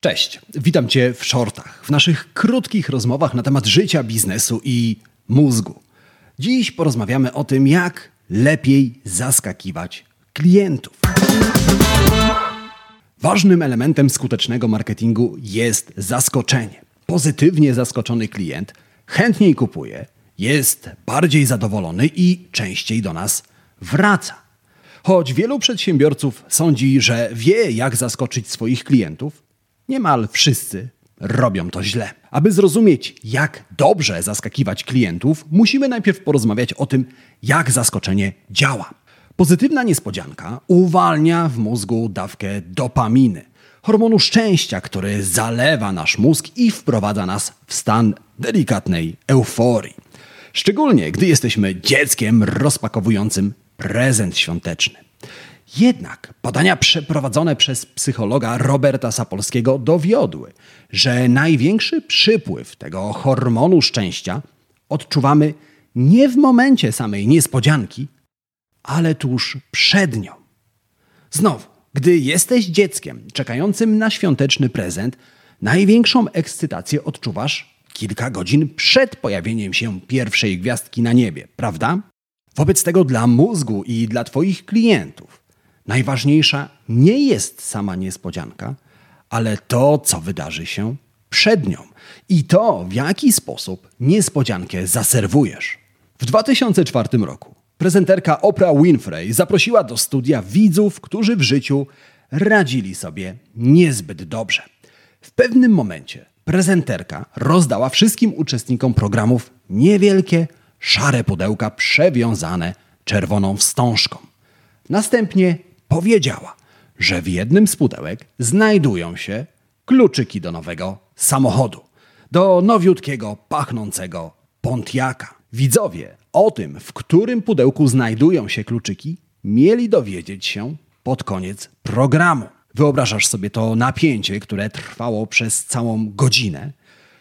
Cześć, witam Cię w shortach, w naszych krótkich rozmowach na temat życia, biznesu i mózgu. Dziś porozmawiamy o tym, jak lepiej zaskakiwać klientów. Ważnym elementem skutecznego marketingu jest zaskoczenie. Pozytywnie zaskoczony klient chętniej kupuje, jest bardziej zadowolony i częściej do nas wraca. Choć wielu przedsiębiorców sądzi, że wie, jak zaskoczyć swoich klientów, niemal wszyscy robią to źle. Aby zrozumieć, jak dobrze zaskakiwać klientów, musimy najpierw porozmawiać o tym, jak zaskoczenie działa. Pozytywna niespodzianka uwalnia w mózgu dawkę dopaminy, hormonu szczęścia, który zalewa nasz mózg i wprowadza nas w stan delikatnej euforii. Szczególnie, gdy jesteśmy dzieckiem rozpakowującym prezent świąteczny. Jednak badania przeprowadzone przez psychologa Roberta Sapolskiego dowiodły, że największy przypływ tego hormonu szczęścia odczuwamy nie w momencie samej niespodzianki, ale tuż przed nią. Znowu, gdy jesteś dzieckiem czekającym na świąteczny prezent, największą ekscytację odczuwasz kilka godzin przed pojawieniem się pierwszej gwiazdki na niebie, prawda? Wobec tego dla mózgu i dla Twoich klientów najważniejsza nie jest sama niespodzianka, ale to, co wydarzy się przed nią i to, w jaki sposób niespodziankę zaserwujesz. W 2004 roku prezenterka Oprah Winfrey zaprosiła do studia widzów, którzy w życiu radzili sobie niezbyt dobrze. W pewnym momencie prezenterka rozdała wszystkim uczestnikom programów niewielkie, szare pudełka przewiązane czerwoną wstążką. Następnie powiedziała, że w jednym z pudełek znajdują się kluczyki do nowego samochodu, do nowiutkiego, pachnącego Pontiaca. Widzowie o tym, w którym pudełku znajdują się kluczyki, mieli dowiedzieć się pod koniec programu. Wyobrażasz sobie to napięcie, które trwało przez całą godzinę?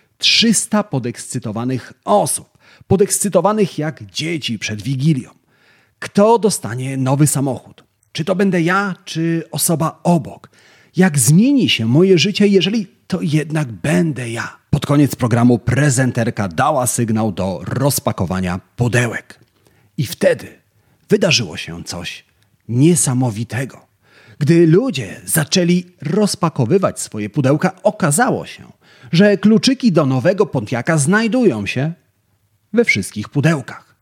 300 podekscytowanych osób, podekscytowanych jak dzieci przed Wigilią. Kto dostanie nowy samochód? Czy to będę ja, czy osoba obok? Jak zmieni się moje życie, jeżeli to jednak będę ja? Pod koniec programu prezenterka dała sygnał do rozpakowania pudełek. I wtedy wydarzyło się coś niesamowitego. Gdy ludzie zaczęli rozpakowywać swoje pudełka, okazało się, że kluczyki do nowego Pontiaca znajdują się we wszystkich pudełkach.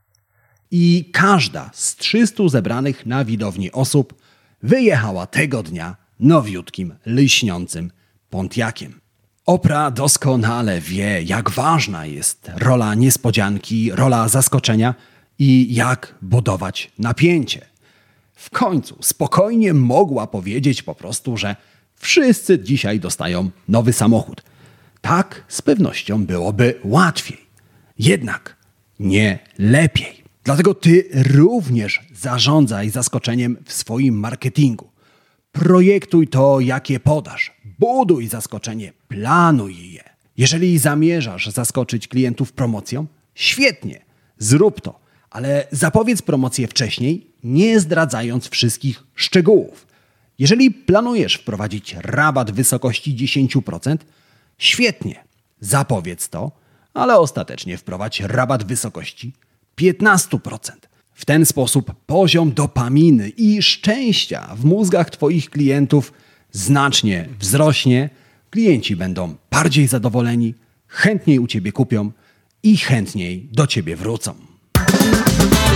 I każda z 300 zebranych na widowni osób wyjechała tego dnia nowiutkim, lśniącym Pontiaciem. Oprah doskonale wie, jak ważna jest rola niespodzianki, rola zaskoczenia i jak budować napięcie. W końcu spokojnie mogła powiedzieć po prostu, że wszyscy dzisiaj dostają nowy samochód. Tak z pewnością byłoby łatwiej. Jednak nie lepiej. Dlatego ty również zarządzaj zaskoczeniem w swoim marketingu. Projektuj to, jakie podasz. Buduj zaskoczenie, planuj je. Jeżeli zamierzasz zaskoczyć klientów promocją, świetnie, zrób to. Ale zapowiedz promocję wcześniej, nie zdradzając wszystkich szczegółów. Jeżeli planujesz wprowadzić rabat w wysokości 10%, świetnie, zapowiedz to, ale ostatecznie wprowadź rabat w wysokości 15%. W ten sposób poziom dopaminy i szczęścia w mózgach Twoich klientów znacznie wzrośnie. Klienci będą bardziej zadowoleni, chętniej u Ciebie kupią i chętniej do Ciebie wrócą.